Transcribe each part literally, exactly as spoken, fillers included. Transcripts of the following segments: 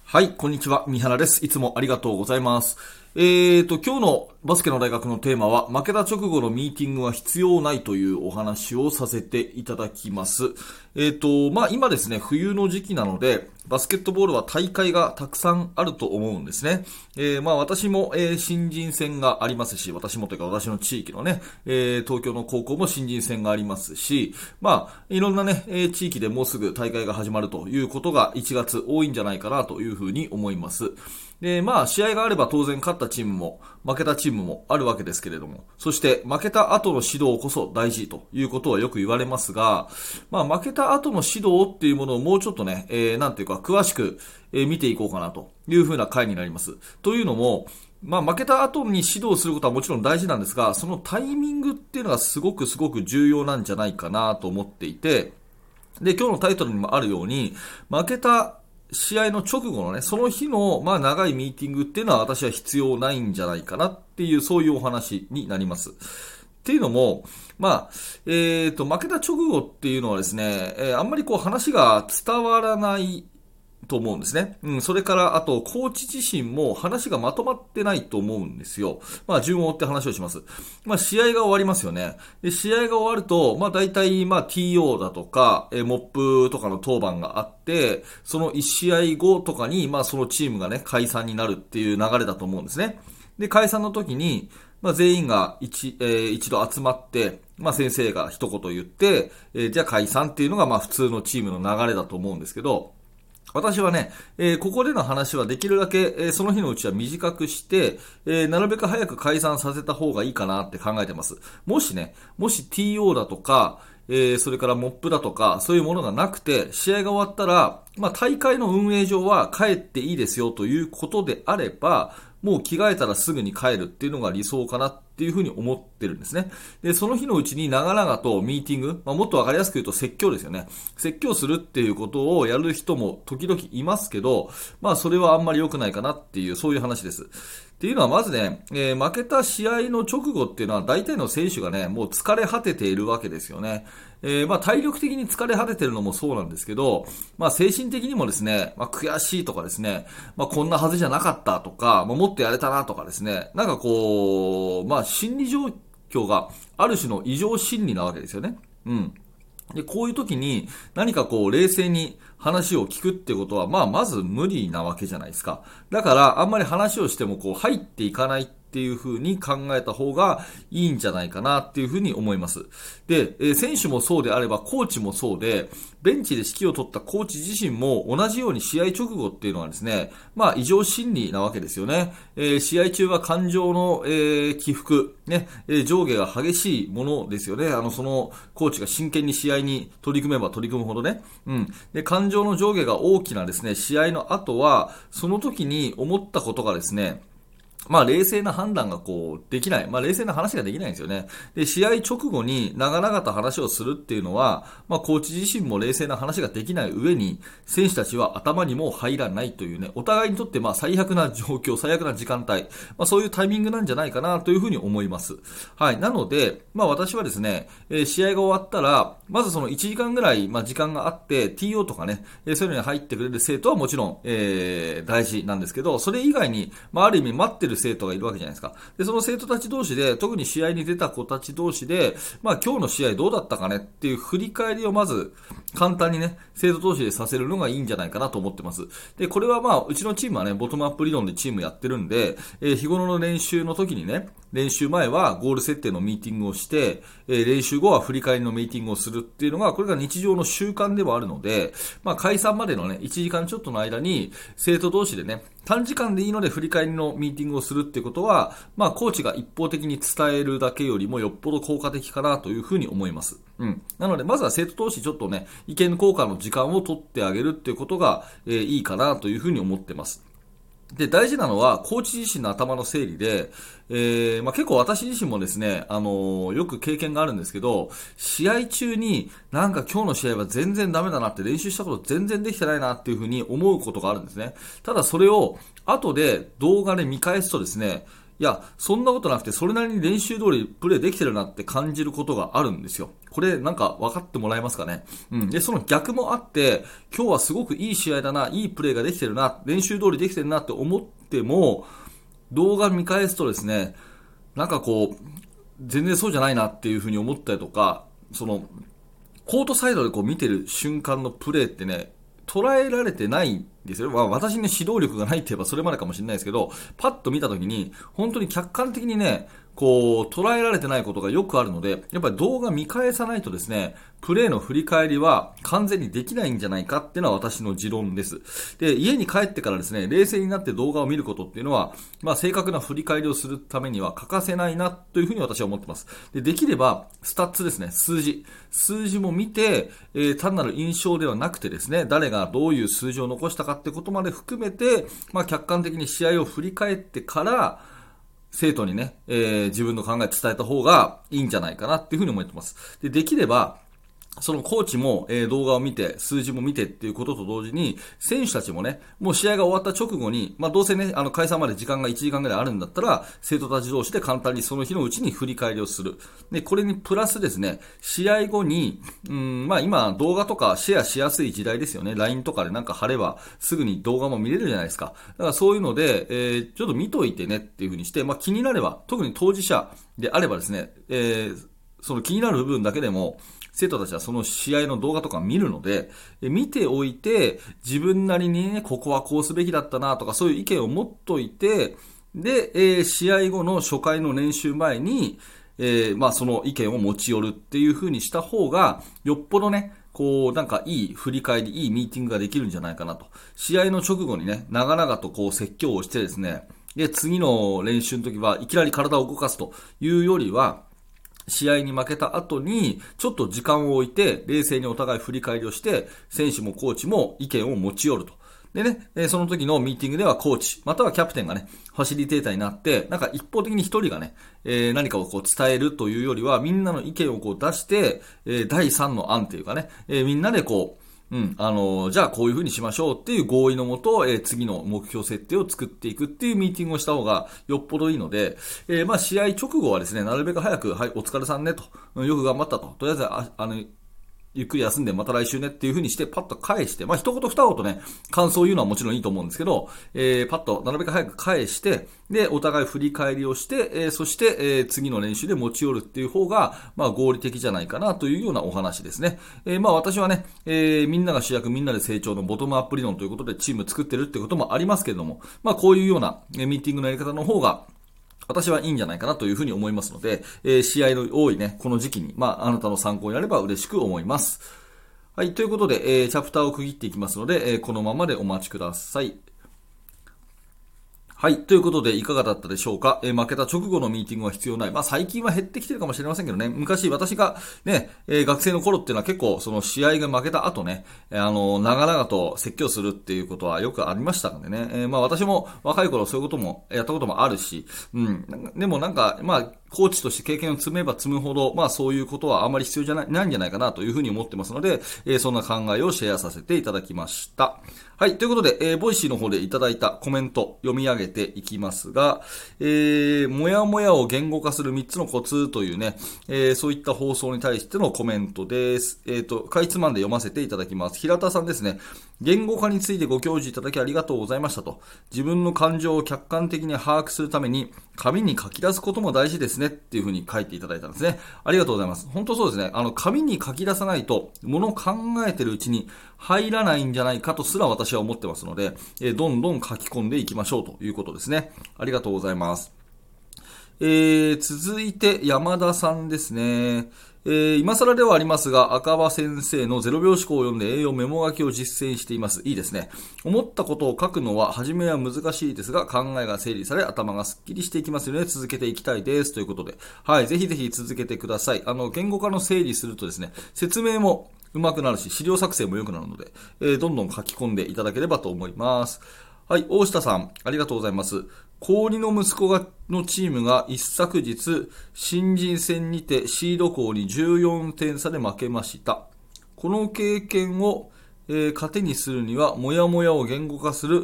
はい、こんにちは。三原です。いつもありがとうございます。えーと、今日のバスケの大学のテーマは、負けた直後のミーティングは必要ないというお話をさせていただきます。えーと、まあ今ですね、冬の時期なので、バスケットボールは大会がたくさんあると思うんですね。えー、まあ私も、えー、新人戦がありますし、私もというか私の地域のね、えー、東京の高校も新人戦がありますし、まあいろんなね、えー、地域でもうすぐ大会が始まるということがいちがつ多いんじゃないかなというふうに思います。で、まあ試合があれば当然勝ったチームも負けたチームもあるわけですけれども、そして負けた後の指導こそ大事ということはよく言われますが、まあ負けた後の指導っていうものをもうちょっとね、えー、なんていうか詳しく、えー、見ていこうかなというふうな回になります。というのも、まあ負けた後に指導することはもちろん大事なんですが、そのタイミングっていうのがすごくすごく重要なんじゃないかなと思っていて、で、今日のタイトルにもあるように、負けた試合の直後のね、その日の、まあ、長いミーティングっていうのは私は必要ないんじゃないかなっていう、そういうお話になります。っていうのも、まあ、えっと、負けた直後っていうのはですね、えーあんまりこう話が伝わらないと思うんですね。うん、それから、あと、コーチ自身も話がまとまってないと思うんですよ。まあ、順を追って話をします。まあ、試合が終わりますよね。で、試合が終わると、まあ、大体、まあ、ティーオー だとか、え、モップとかの当番があって、そのいち試合後とかに、まあ、そのチームがね、解散になるっていう流れだと思うんですね。で、解散の時に、まあ、全員が一、えー一度集まって、まあ、先生が一言言って、えーじゃあ解散っていうのが、まあ、普通のチームの流れだと思うんですけど、私はね、えーここでの話はできるだけ、えーその日のうちは短くして、えーなるべく早く解散させた方がいいかなって考えてます。もしね、もし ティーオー だとか、えーそれからモップだとか、そういうものがなくて、試合が終わったら、まあ大会の運営上は帰っていいですよということであれば、もう着替えたらすぐに帰るっていうのが理想かなっていうふうに思ってるんですね。で、その日のうちに長々とミーティング、まあ、もっとわかりやすく言うと説教ですよね。説教するっていうことをやる人も時々いますけど、まあそれはあんまり良くないかなっていう、そういう話です。っていうのはまずね、えー負けた試合の直後っていうのは大体の選手がね、もう疲れ果てているわけですよね。えーまあ体力的に疲れ果ててるのもそうなんですけど、まあ精神的にもですね、まあ悔しいとかですね、まあこんなはずじゃなかったとか、まあもっとやれたなとかですね、なんかこう、まあ心理状況がある種の異常心理なわけですよね。うん。で、こういう時に何かこう冷静に話を聞くってことは、まあまず無理なわけじゃないですか。だからあんまり話をしてもこう入っていかないっていう風に考えた方がいいんじゃないかなっていう風に思います。で、えー選手もそうであればコーチもそうで、ベンチで指揮を取ったコーチ自身も同じように試合直後っていうのはですね、まあ異常心理なわけですよね。えー試合中は感情の、えー起伏、ね、えー上下が激しいものですよね。あの、そのコーチが真剣に試合に取り組めば取り組むほどね。うん。で、感情の上下が大きなですね、試合の後は、その時に思ったことがですね、まあ冷静な判断がこうできない。まあ冷静な話ができないんですよね。で、試合直後に長々と話をするっていうのは、まあコーチ自身も冷静な話ができない上に、選手たちは頭にも入らないというね、お互いにとってまあ最悪な状況、最悪な時間帯、まあそういうタイミングなんじゃないかなというふうに思います。はい。なので、まあ私はですね、えー試合が終わったら、まずそのいちじかんぐらい、まあ時間があって、ティーオー とかね、えーそういうのに入ってくれる生徒はもちろん、えー大事なんですけど、それ以外に、まあある意味待ってる生徒がいるわけじゃないですか。で、その生徒たち同士で、特に試合に出た子たち同士で、まあ今日の試合どうだったかねっていう振り返りをまず、簡単にね、生徒同士でさせるのがいいんじゃないかなと思ってます。で、これはまあ、うちのチームはね、ボトムアップ理論でチームやってるんで、えー日頃の練習の時にね、練習前はゴール設定のミーティングをして、えー練習後は振り返りのミーティングをするっていうのが、これが日常の習慣ではあるので、まあ解散までのね、いちじかんちょっとの間に、生徒同士でね、短時間でいいので振り返りのミーティングをするっていうことは、まあコーチが一方的に伝えるだけよりもよっぽど効果的かなというふうに思います。うん。なので、まずは生徒同士ちょっとね、意見交換の時間を取ってあげるっていうことが、えーいいかなというふうに思ってます。で、大事なのは、コーチ自身の頭の整理で、えー、まあ、結構私自身もですね、あのーよく経験があるんですけど、試合中になんか今日の試合は全然ダメだなって練習したこと全然できてないなっていうふうに思うことがあるんですね。ただそれを後で動画で見返すとですね、 いや、そんなことなくて、それなりに練習通りプレーできてるなって感じることがあるんですよ。これなんか分かってもらえますかね。うん。で、その逆もあって、今日はすごくいい試合だな、いいプレーができてるな、練習通りできてるなって思っても、動画見返すとですね、なんかこう、全然そうじゃないなっていうふうに思ったりとか、その、コートサイドでこう見てる瞬間のプレーってね、捉えられてないんですよ。まあ、私に、ね、指導力がないって言えばそれまでかもしれないですけど、パッと見たときに、本当に客観的にね、こう、捉えられてないことがよくあるので、やっぱり動画見返さないとですね、プレーの振り返りは完全にできないんじゃないかっていうのは私の持論です。で、家に帰ってからですね、冷静になって動画を見ることっていうのは、まあ、正確な振り返りをするためには欠かせないなというふうに私は思ってます。で、できれば、スタッツですね、数字。数字も見て、えー、単なる印象ではなくてですね、誰がどういう数字を残したかってことまで含めて、まあ、客観的に試合を振り返ってから、生徒にね、えー、自分の考えを伝えた方がいいんじゃないかなっていうふうに思ってます。で、できれば、そのコーチも、えー、動画を見て、数字も見てっていうことと同時に、選手たちもね、もう試合が終わった直後に、まあどうせね、あの解散まで時間がいちじかんぐらいあるんだったら、生徒たち同士で簡単にその日のうちに振り返りをする。で、これにプラスですね、試合後に、うん、まあ今動画とかシェアしやすい時代ですよね。ライン とかでなんか貼ればすぐに動画も見れるじゃないですか。だからそういうので、えー、ちょっと見といてねっていう風にして、まあ気になれば、特に当事者であればですね、えー、その気になる部分だけでも、生徒たちはその試合の動画とか見るので、見ておいて、自分なりにね、ここはこうすべきだったなとか、そういう意見を持っといて、で、えー、試合後の初回の練習前に、えー、まあその意見を持ち寄るっていう風にした方が、よっぽどね、こう、なんかいい振り返り、いいミーティングができるんじゃないかなと。試合の直後にね、長々とこう説教をしてですね、で、次の練習の時はいきなり体を動かすというよりは、試合に負けた後に、ちょっと時間を置いて、冷静にお互い振り返りをして、選手もコーチも意見を持ち寄ると。でね、その時のミーティングではコーチ、またはキャプテンがね、ファシリテーターになって、なんか一方的に一人がね、えー、何かをこう伝えるというよりは、みんなの意見をこう出して、えー、だいさんの案というかね、えー、みんなでこう、うん、あの、じゃあこういう風にしましょうっていう合意のもと、えー、次の目標設定を作っていくっていうミーティングをした方がよっぽどいいので、えー、まあ試合直後はですね、なるべく早く、はい、お疲れさんねと、うん、よく頑張ったと、とりあえず、あ、あの、ゆっくり休んでまた来週ねっていう風にしてパッと返して、まあ一言二言ね、感想を言うのはもちろんいいと思うんですけど、えー、パッとなるべく早く返して、で、お互い振り返りをして、えー、そして、えー、次の練習で持ち寄るっていう方が、まあ合理的じゃないかなというようなお話ですね。えー、まあ私はね、えー、みんなが主役みんなで成長のボトムアップ理論ということでチーム作ってるってこともありますけれども、まあこういうようなミーティングのやり方の方が、私はいいんじゃないかなというふうに思いますので、えー、試合の多いね、この時期に、まああなたの参考になれば嬉しく思います。はい、ということで、えー、チャプターを区切っていきますので、えー、このままでお待ちください。はい。ということで、いかがだったでしょうか。えー、負けた直後のミーティングは必要ない。まあ、最近は減ってきてるかもしれませんけどね。昔、私がね、えー、学生の頃っていうのは結構、その試合が負けた後ね、あの、長々と説教するっていうことはよくありましたのでね。えー、まあ、私も若い頃そういうことも、やったこともあるし、うん。でもなんか、まあ、コーチとして経験を積めば積むほど、まあそういうことはあまり必要じゃない、ないんじゃないかなというふうに思ってますので、えー、そんな考えをシェアさせていただきました。はい。ということで、えー、ボイシーの方でいただいたコメント読み上げていきますが、えー、もやもやを言語化するみっつのコツというね、えー、そういった放送に対してのコメントです。えっと、かいつまんで読ませていただきます。平田さんですね。言語化についてご教示いただきありがとうございましたと。自分の感情を客観的に把握するために、紙に書き出すことも大事ですねっていうふうに書いていただいたんですね。ありがとうございます。本当そうですね。あの、紙に書き出さないと、ものを考えてるうちに入らないんじゃないかとすら私は思ってますので、えー、どんどん書き込んでいきましょうということですね。ありがとうございます。えー、続いて山田さんですね。えー、今更ではありますが、赤羽先生のゼロ秒思考を読んで栄養メモ書きを実践しています。いいですね。思ったことを書くのは初めは難しいですが、考えが整理され頭がスッキリしていきますので、続けていきたいです。ということで。はい、ぜひぜひ続けてください。あの、言語化の整理するとですね、説明も上手くなるし、資料作成も良くなるので、えー、どんどん書き込んでいただければと思います。はい、大下さん、ありがとうございます。氷の息子がのチームが一昨日、新人戦にてシード校にじゅうよんてん差で負けました。この経験を、えー、糧にするには、もやもやを言語化する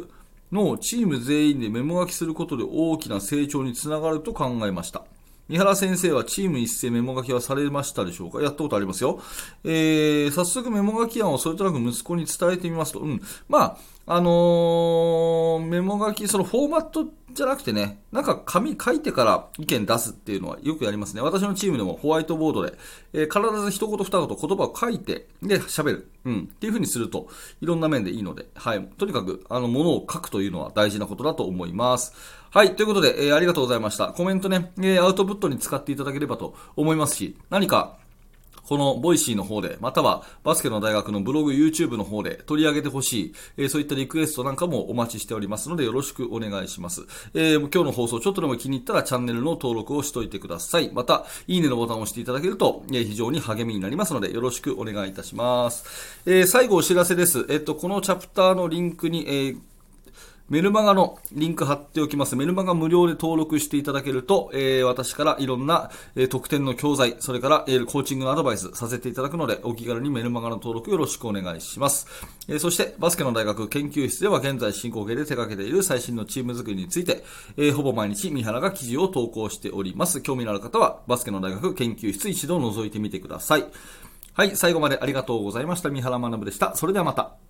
のチーム全員でメモ書きすることで大きな成長につながると考えました。三原先生はチーム一斉メモ書きはされましたでしょうか？やったことありますよ。えー、早速メモ書き案をそれとなく息子に伝えてみますと、うん。まあ、あのー、メモ書き、そのフォーマットじゃなくてね、なんか紙書いてから意見出すっていうのはよくやりますね。私のチームでもホワイトボードで、えー、必ず一言二言言葉を書いて、で、喋る。うん。っていう風にすると、いろんな面でいいので、はい。とにかく、あの、ものを書くというのは大事なことだと思います。はい。ということで、えー、ありがとうございました。コメントね、えー、アウトプットに使っていただければと思いますし、何か、このボイシーの方で、またはバスケの大学のブログ、YouTube の方で取り上げてほしい、えー、そういったリクエストなんかもお待ちしておりますのでよろしくお願いします。えー、今日の放送ちょっとでも気に入ったらチャンネルの登録をしといてください。また、いいねのボタンを押していただけると、えー、非常に励みになりますのでよろしくお願いいたします。えー、最後お知らせです。えっと、このチャプターのリンクに、えーメルマガのリンク貼っておきます。メルマガ無料で登録していただけると、えー、私からいろんな、えー、特典の教材、それから、えー、コーチングのアドバイスさせていただくので、お気軽にメルマガの登録よろしくお願いします。えー、そして、バスケの大学研究室では現在進行形で手掛けている最新のチーム作りについて、えー、ほぼ毎日三原が記事を投稿しております。興味のある方は、バスケの大学研究室一度覗いてみてください。はい、最後までありがとうございました。三原学でした。それではまた。